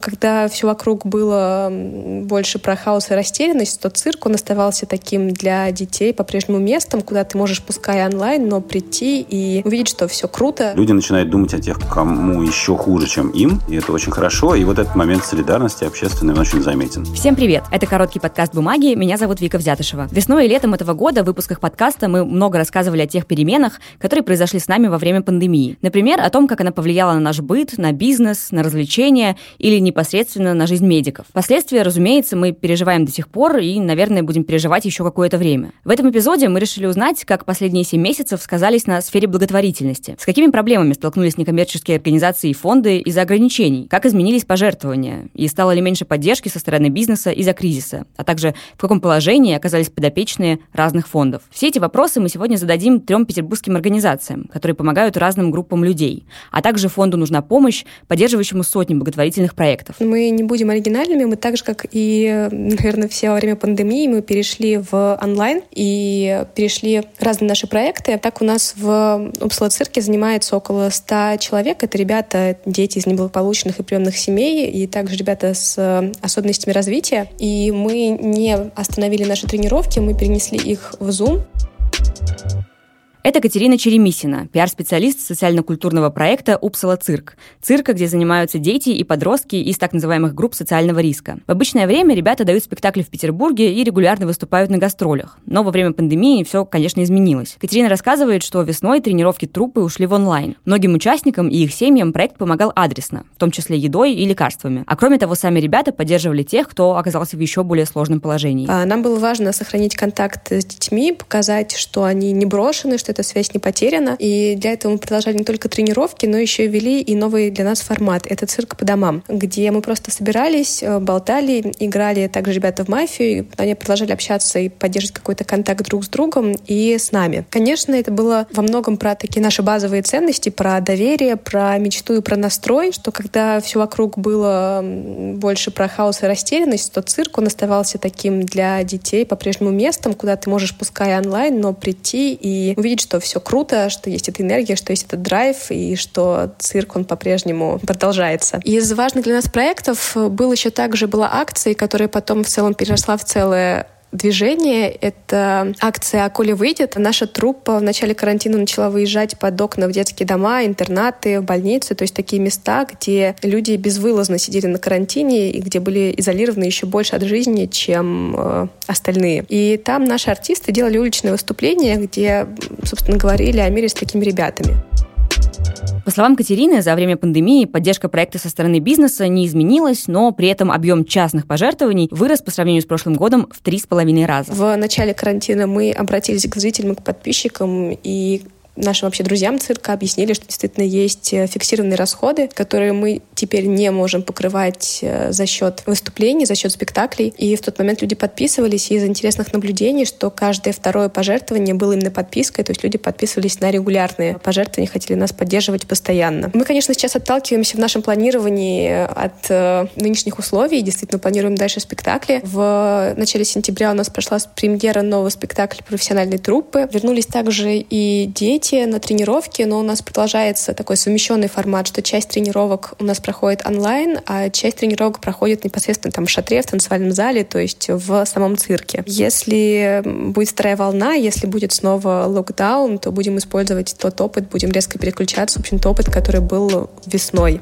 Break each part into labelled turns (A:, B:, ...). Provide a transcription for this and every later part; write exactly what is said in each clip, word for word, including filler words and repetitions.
A: Когда все вокруг было больше про хаос и растерянность, то цирк, он оставался таким для детей по-прежнему местом, куда ты можешь, пускай онлайн, но прийти и увидеть, что все круто.
B: Люди начинают думать о тех, кому еще хуже, чем им, и это очень хорошо. И вот этот момент солидарности общественный, он очень заметен.
C: Всем привет! Это короткий подкаст «Бумаги». Меня зовут Вика Взятышева. Весной и летом этого года в выпусках подкаста мы много рассказывали о тех переменах, которые произошли с нами во время пандемии. Например, о том, как она повлияла на наш быт, на бизнес, на развлечения или не непосредственно на жизнь медиков. Последствия, разумеется, мы переживаем до сих пор и, наверное, будем переживать еще какое-то время. В этом эпизоде мы решили узнать, как последние семь месяцев сказались на сфере благотворительности, с какими проблемами столкнулись некоммерческие организации и фонды из-за ограничений, как изменились пожертвования и стало ли меньше поддержки со стороны бизнеса из-за кризиса, а также в каком положении оказались подопечные разных фондов. Все эти вопросы мы сегодня зададим трем петербургским организациям, которые помогают разным группам людей, а также фонду «Нужна помощь», поддерживающему сотни благотворительных проектов.
A: Мы не будем оригинальными, мы так же, как и, наверное, все во время пандемии, мы перешли в онлайн и перешли разные наши проекты. Так у нас в Упсала-цирке занимается около ста человек. Это ребята, дети из неблагополучных и приемных семей, и также ребята с особенностями развития. И мы не остановили наши тренировки, мы перенесли их в Zoom.
C: Это Катерина Черемисина, пиар-специалист социально-культурного проекта «Упсала-цирк». Цирка, где занимаются дети и подростки из так называемых групп социального риска. В обычное время ребята дают спектакли в Петербурге и регулярно выступают на гастролях. Но во время пандемии все, конечно, изменилось. Катерина рассказывает, что весной тренировки труппы ушли в онлайн. Многим участникам и их семьям проект помогал адресно, в том числе едой и лекарствами. А кроме того, сами ребята поддерживали тех, кто оказался в еще более сложном положении.
A: Нам было важно сохранить контакт с детьми, показать, что они не брошены, что эта связь не потеряна. И для этого мы продолжали не только тренировки, но еще и ввели и новый для нас формат. Это цирк по домам, где мы просто собирались, болтали, играли также ребята в мафию, и они продолжали общаться и поддерживать какой-то контакт друг с другом и с нами. Конечно, это было во многом про такие наши базовые ценности, про доверие, про мечту и про настрой, что когда все вокруг было больше про хаос и растерянность, то цирк, он оставался таким для детей по-прежнему местом, куда ты можешь, пускай онлайн, но прийти и увидеть, что все круто, что есть эта энергия, что есть этот драйв, и что цирк, он по-прежнему продолжается. Из важных для нас проектов был еще также была акция, которая потом в целом переросла в целое движение. Это акция «А Коля выйдет». Наша труппа в начале карантина начала выезжать под окна в детские дома, интернаты, больницы, то есть такие места, где люди безвылазно сидели на карантине и где были изолированы еще больше от жизни, чем э, остальные. И там наши артисты делали уличные выступления, где, собственно, говорили о мире с такими ребятами.
C: По словам Катерины, за время пандемии поддержка проекта со стороны бизнеса не изменилась, но при этом объем частных пожертвований вырос по сравнению с прошлым годом в три с половиной раза.
A: В начале карантина мы обратились к зрителям, к подписчикам и нашим вообще друзьям цирка объяснили, что действительно есть фиксированные расходы, которые мы теперь не можем покрывать за счет выступлений, за счет спектаклей. И в тот момент люди подписывались, и из интересных наблюдений, что каждое второе пожертвование было именно подпиской, то есть люди подписывались на регулярные пожертвования, хотели нас поддерживать постоянно. Мы, конечно, сейчас отталкиваемся в нашем планировании от нынешних условий, действительно планируем дальше спектакли. В начале сентября у нас прошла премьера нового спектакля профессиональной труппы. Вернулись также и дети на тренировки, но у нас продолжается такой совмещенный формат, что часть тренировок у нас проходит онлайн, а часть тренировок проходит непосредственно там в шатре, в танцевальном зале, то есть в самом цирке. Если будет вторая волна, если будет снова локдаун, то будем использовать тот опыт, будем резко переключаться, в общем, тот опыт, который был весной.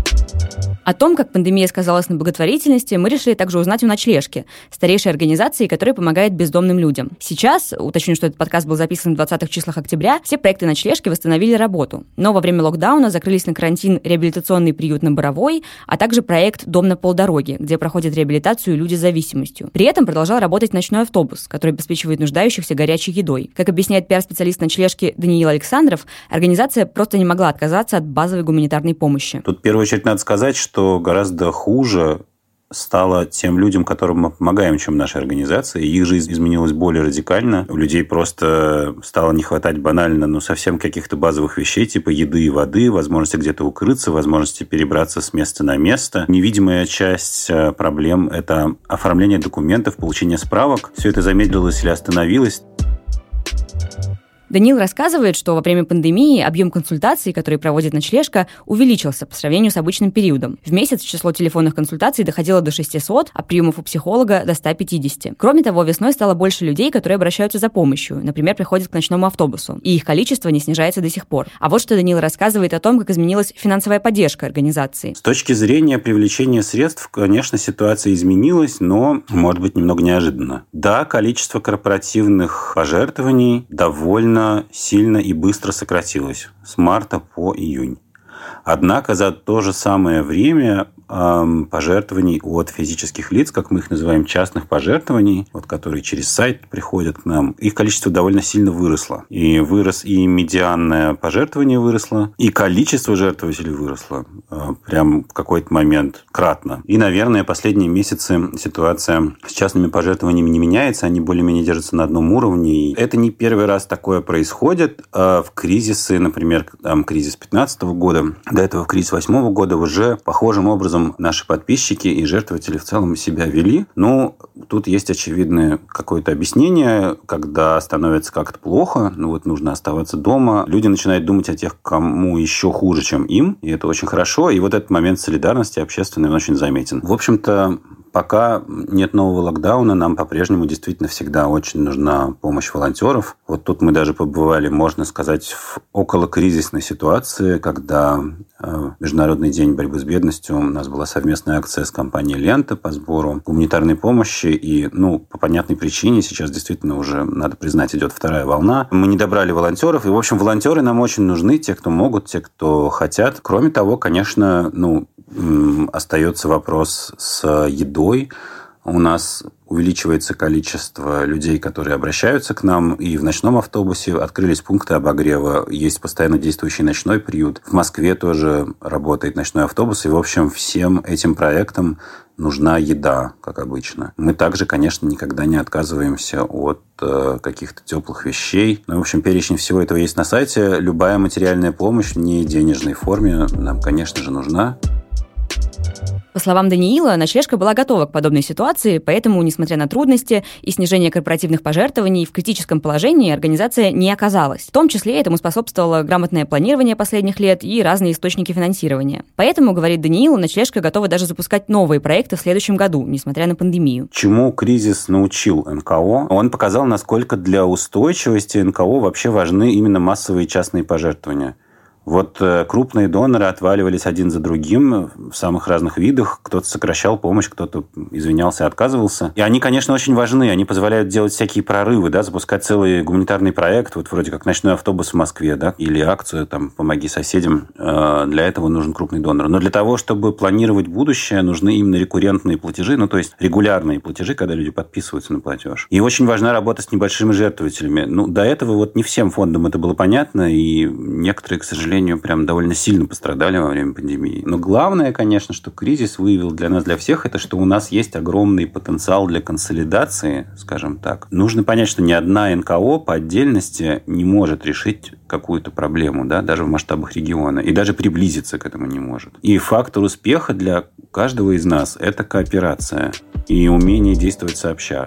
C: О том, как пандемия сказалась на благотворительности, мы решили также узнать у «Ночлежки», старейшей организации, которая помогает бездомным людям. Сейчас, уточню, что этот подкаст был записан в двадцатых числах октября, все проекты «Ночлежки» восстановили работу. Но во время локдауна закрылись на карантин реабилитационный приют на Боровой, а также проект «Дом на полдороге», где проходят реабилитацию люди с зависимостью. При этом продолжал работать ночной автобус, который обеспечивает нуждающихся горячей едой. Как объясняет пиар-специалист «Ночлежки» Даниил Александров, организация просто не могла отказаться от базовой гуманитарной помощи.
B: Тут в первую очередь надо сказать, что что гораздо хуже стало тем людям, которым мы помогаем, чем нашей организации. Их жизнь изменилась более радикально. У людей просто стало не хватать банально, ну, совсем каких-то базовых вещей, типа еды и воды, возможности где-то укрыться, возможности перебраться с места на место. Невидимая часть проблем – это оформление документов, получение справок. Все это замедлилось или остановилось.
C: Даниил рассказывает, что во время пандемии объем консультаций, которые проводит ночлежка, увеличился по сравнению с обычным периодом. В месяц число телефонных консультаций доходило до шестисот, а приемов у психолога до ста пятидесяти. Кроме того, весной стало больше людей, которые обращаются за помощью, например, приходят к ночному автобусу, и их количество не снижается до сих пор. А вот что Даниил рассказывает о том, как изменилась финансовая поддержка организации.
B: С точки зрения привлечения средств, конечно, ситуация изменилась, но, может быть, немного неожиданно. Да, количество корпоративных пожертвований довольно сильно и быстро сократилось с марта по июнь. Однако за то же самое время эм, пожертвований от физических лиц, как мы их называем, частных пожертвований, вот, которые через сайт приходят к нам, их количество довольно сильно выросло. И вырос и медианное пожертвование выросло, и количество жертвователей выросло э, прям в какой-то момент кратно. И, наверное, последние месяцы ситуация с частными пожертвованиями не меняется, они более-менее держатся на одном уровне. И это не первый раз такое происходит. В кризисы, например, там, кризис две тысячи пятнадцатого года, до этого в кризис две тысячи восьмого года уже похожим образом наши подписчики и жертвователи в целом себя вели. Ну, тут есть очевидное какое-то объяснение, когда становится как-то плохо, ну вот нужно оставаться дома, люди начинают думать о тех, кому еще хуже, чем им, и это очень хорошо, и вот этот момент солидарности общественный, он очень заметен. В общем-то, пока нет нового локдауна, нам по-прежнему действительно всегда очень нужна помощь волонтеров. Вот тут мы даже побывали, можно сказать, в околокризисной ситуации, когда э, Международный день борьбы с бедностью, у нас была совместная акция с компанией «Лента» по сбору гуманитарной помощи. И, ну, по понятной причине сейчас действительно уже, надо признать, идет вторая волна. Мы не добрали волонтеров. И, в общем, волонтеры нам очень нужны, те, кто могут, те, кто хотят. Кроме того, конечно, ну, остается вопрос с едой. У нас увеличивается количество людей, которые обращаются к нам. И в ночном автобусе открылись пункты обогрева. Есть постоянно действующий ночной приют. В Москве тоже работает ночной автобус. И, в общем, всем этим проектам нужна еда, как обычно. Мы также, конечно, никогда не отказываемся от э, каких-то теплых вещей. Ну, в общем, перечень всего этого есть на сайте. Любая материальная помощь в неденежной форме нам, конечно же, нужна.
C: По словам Даниила, ночлежка была готова к подобной ситуации, поэтому, несмотря на трудности и снижение корпоративных пожертвований, в критическом положении организация не оказалась. В том числе этому способствовало грамотное планирование последних лет и разные источники финансирования. Поэтому, говорит Даниил, ночлежка готова даже запускать новые проекты в следующем году, несмотря на пандемию.
B: Чему кризис научил эн ка о? Он показал, насколько для устойчивости эн ка о вообще важны именно массовые частные пожертвования. Вот крупные доноры отваливались один за другим в самых разных видах. Кто-то сокращал помощь, кто-то извинялся, отказывался. И они, конечно, очень важны. Они позволяют делать всякие прорывы, да, запускать целый гуманитарный проект, вот вроде как ночной автобус в Москве, да, или акцию там «Помоги соседям». Для этого нужен крупный донор. Но для того, чтобы планировать будущее, нужны именно рекуррентные платежи, ну, то есть регулярные платежи, когда люди подписываются на платеж. И очень важна работа с небольшими жертвователями. Ну, до этого вот не всем фондам это было понятно, и некоторые, к сожалению, прям довольно сильно пострадали во время пандемии. Но главное, конечно, что кризис выявил для нас, для всех, это что у нас есть огромный потенциал для консолидации, скажем так. Нужно понять, что ни одна эн ка о по отдельности не может решить какую-то проблему, да, даже в масштабах региона, и даже приблизиться к этому не может. И фактор успеха для каждого из нас – это кооперация и умение действовать сообща.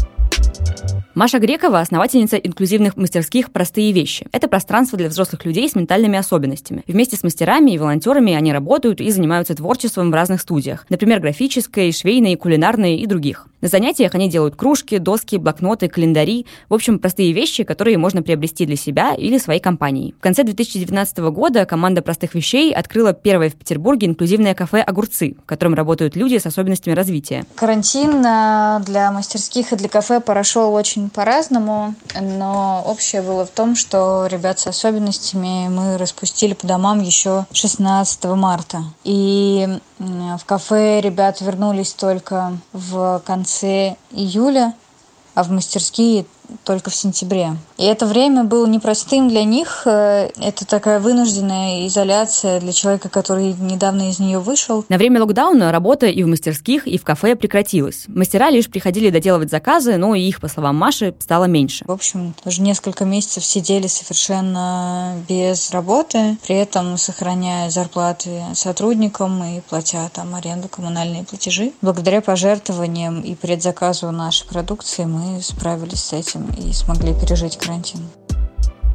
C: Маша Грекова – основательница инклюзивных мастерских «Простые вещи». Это пространство для взрослых людей с ментальными особенностями. Вместе с мастерами и волонтерами они работают и занимаются творчеством в разных студиях. Например, графической, швейной, кулинарной и других. На занятиях они делают кружки, доски, блокноты, календари. В общем, простые вещи, которые можно приобрести для себя или своей компании. В конце две тысячи девятнадцатого года команда «Простых вещей» открыла первое в Петербурге инклюзивное кафе «Огурцы», в котором работают люди с особенностями развития.
D: Карантин для мастерских и для кафе прошел очень по-разному, но общее было в том, что ребят с особенностями мы распустили по домам еще шестнадцатого марта. И в кафе ребят вернулись только в конце июля, а в мастерские только в сентябре. И это время было непростым для них. Это такая вынужденная изоляция для человека, который недавно из нее вышел.
C: На время локдауна работа и в мастерских, и в кафе прекратилась. Мастера лишь приходили доделывать заказы, но и их, по словам Маши, стало меньше.
D: В общем, уже несколько месяцев сидели совершенно без работы, при этом сохраняя зарплаты сотрудникам и платя там аренду, коммунальные платежи. Благодаря пожертвованиям и предзаказу нашей продукции мы справились с этим и смогли пережить карантин.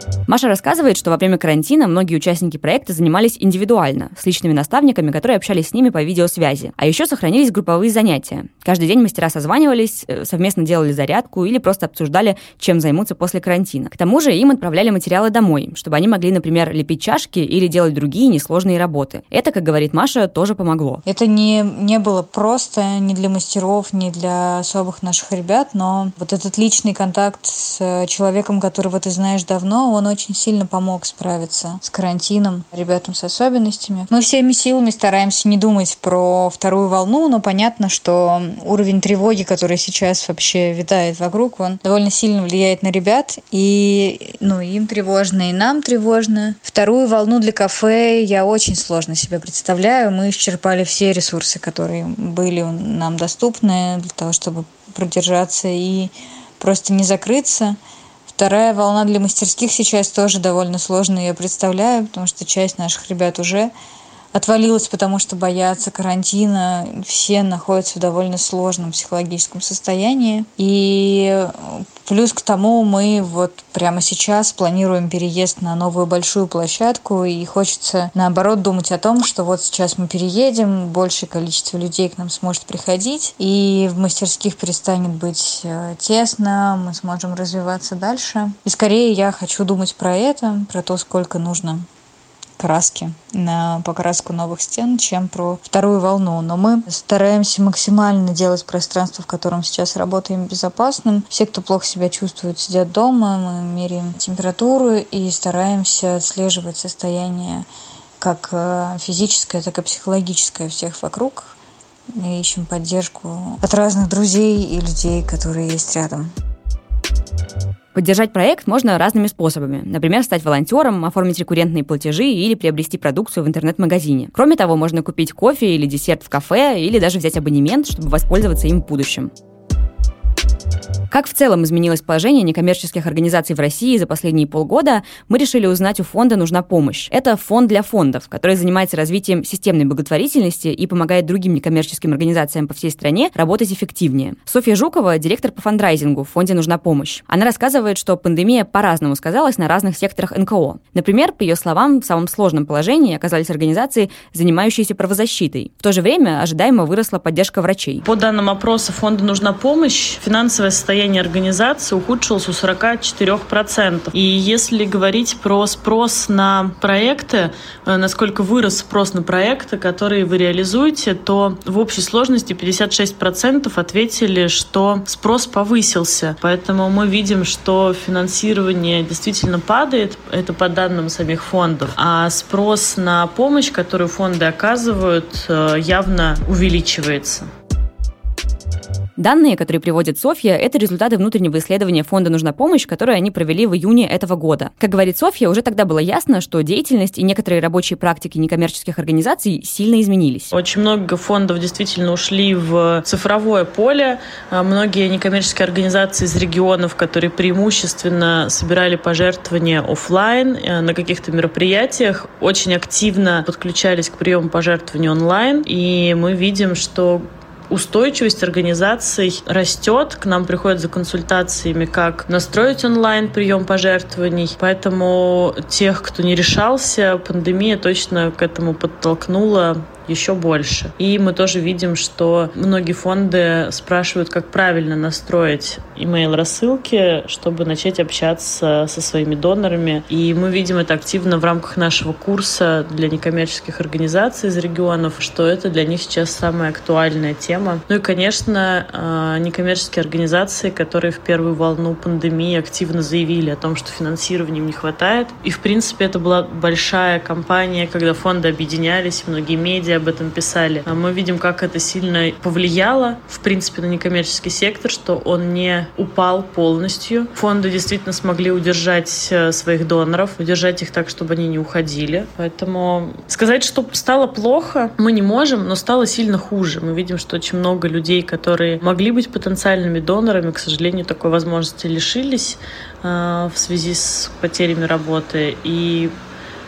C: Маша рассказывает, что во время карантина многие участники проекта занимались индивидуально, с личными наставниками, которые общались с ними по видеосвязи. А еще сохранились групповые занятия. Каждый день мастера созванивались, совместно делали зарядку или просто обсуждали, чем займутся после карантина. К тому же им отправляли материалы домой, чтобы они могли, например, лепить чашки или делать другие несложные работы. Это, как говорит Маша, тоже помогло.
D: Это не, не было просто ни для мастеров, ни для особых наших ребят, но вот этот личный контакт с человеком, которого ты знаешь давно, он очень сильно помог справиться с карантином, ребятам с особенностями. Мы всеми силами стараемся не думать про вторую волну, но понятно, что уровень тревоги, который сейчас вообще витает вокруг, он довольно сильно влияет на ребят, и ну, им тревожно, и нам тревожно. Вторую волну для кафе я очень сложно себе представляю. Мы исчерпали все ресурсы, которые были нам доступны для того, чтобы продержаться и просто не закрыться. Вторая волна для мастерских сейчас тоже довольно сложная, я представляю, потому что часть наших ребят уже отвалилась, потому что боятся карантина. Все находятся в довольно сложном психологическом состоянии. И плюс к тому мы вот прямо сейчас планируем переезд на новую большую площадку, и хочется, наоборот, думать о том, что вот сейчас мы переедем, большее количество людей к нам сможет приходить, и в мастерских перестанет быть тесно, мы сможем развиваться дальше. И скорее я хочу думать про это, про то, сколько нужно краски на покраску новых стен, чем про вторую волну. Но мы стараемся максимально делать пространство, в котором сейчас работаем, безопасным. Все, кто плохо себя чувствует, сидят дома, мы меряем температуру и стараемся отслеживать состояние как физическое, так и психологическое всех вокруг. И ищем поддержку от разных друзей и людей, которые есть рядом.
C: Поддержать проект можно разными способами. Например, стать волонтером, оформить рекуррентные платежи или приобрести продукцию в интернет-магазине. Кроме того, можно купить кофе или десерт в кафе, или даже взять абонемент, чтобы воспользоваться им в будущем. Как в целом изменилось положение некоммерческих организаций в России за последние полгода, мы решили узнать у фонда «Нужна помощь». Это фонд для фондов, который занимается развитием системной благотворительности и помогает другим некоммерческим организациям по всей стране работать эффективнее. Софья Жукова – директор по фандрайзингу в фонде «Нужна помощь». Она рассказывает, что пандемия по-разному сказалась на разных секторах эн ка о. Например, по ее словам, в самом сложном положении оказались организации, занимающиеся правозащитой. В то же время ожидаемо выросла поддержка врачей.
E: По данным опроса фонда «Нужна помощь», финансовое состояние организации ухудшилось у сорок четыре процента. И если говорить про спрос на проекты, насколько вырос спрос на проекты, которые вы реализуете, то в общей сложности пятьдесят шесть процентов ответили, что спрос повысился. Поэтому мы видим, что финансирование действительно падает, это по данным самих фондов, а спрос на помощь, которую фонды оказывают, явно увеличивается.
C: Данные, которые приводит Софья, это результаты внутреннего исследования фонда «Нужна помощь», которое они провели в июне этого года. Как говорит Софья, уже тогда было ясно, что деятельность и некоторые рабочие практики некоммерческих организаций сильно изменились.
E: Очень много фондов действительно ушли в цифровое поле. Многие некоммерческие организации из регионов, которые преимущественно собирали пожертвования офлайн на каких-то мероприятиях, очень активно подключались к приему пожертвований онлайн. И мы видим, что устойчивость организаций растет. К нам приходят за консультациями, как настроить онлайн прием пожертвований. Поэтому тех, кто не решался, пандемия точно к этому подтолкнула еще больше. И мы тоже видим, что многие фонды спрашивают, как правильно настроить имейл-рассылки, чтобы начать общаться со своими донорами. И мы видим это активно в рамках нашего курса для некоммерческих организаций из регионов, что это для них сейчас самая актуальная тема. Ну и, конечно, некоммерческие организации, которые в первую волну пандемии активно заявили о том, что финансирования им не хватает. И, в принципе, это была большая кампания, когда фонды объединялись, многие медиа об этом писали. Мы видим, как это сильно повлияло, в принципе, на некоммерческий сектор, что он не упал полностью. Фонды действительно смогли удержать своих доноров, удержать их так, чтобы они не уходили. Поэтому сказать, что стало плохо, мы не можем, но стало сильно хуже. Мы видим, что очень много людей, которые могли быть потенциальными донорами, к сожалению, такой возможности лишились э, в связи с потерями работы. И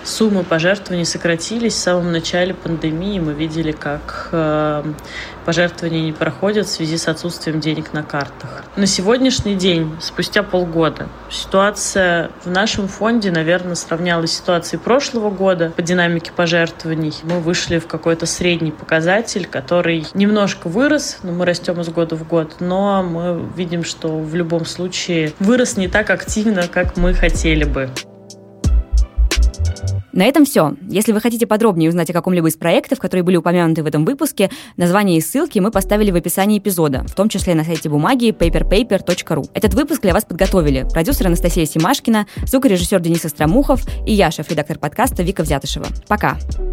E: суммы пожертвований сократились. В самом начале пандемии мы видели, как э, пожертвования не проходят в связи с отсутствием денег на картах. На сегодняшний день, спустя полгода, ситуация в нашем фонде, наверное, сравнялась с ситуацией прошлого года по динамике пожертвований. Мы вышли в какой-то средний показатель, который немножко вырос, но мы растем из года в год, но мы видим, что в любом случае вырос не так активно, как мы хотели бы.
C: На этом все. Если вы хотите подробнее узнать о каком-либо из проектов, которые были упомянуты в этом выпуске, названия и ссылки мы поставили в описании эпизода, в том числе на сайте бумаги пейпер пейпер точка ру. Этот выпуск для вас подготовили продюсер Анастасия Семашкина, звукорежиссер Денис Остромухов и я, шеф-редактор подкаста Вика Взятышева. Пока!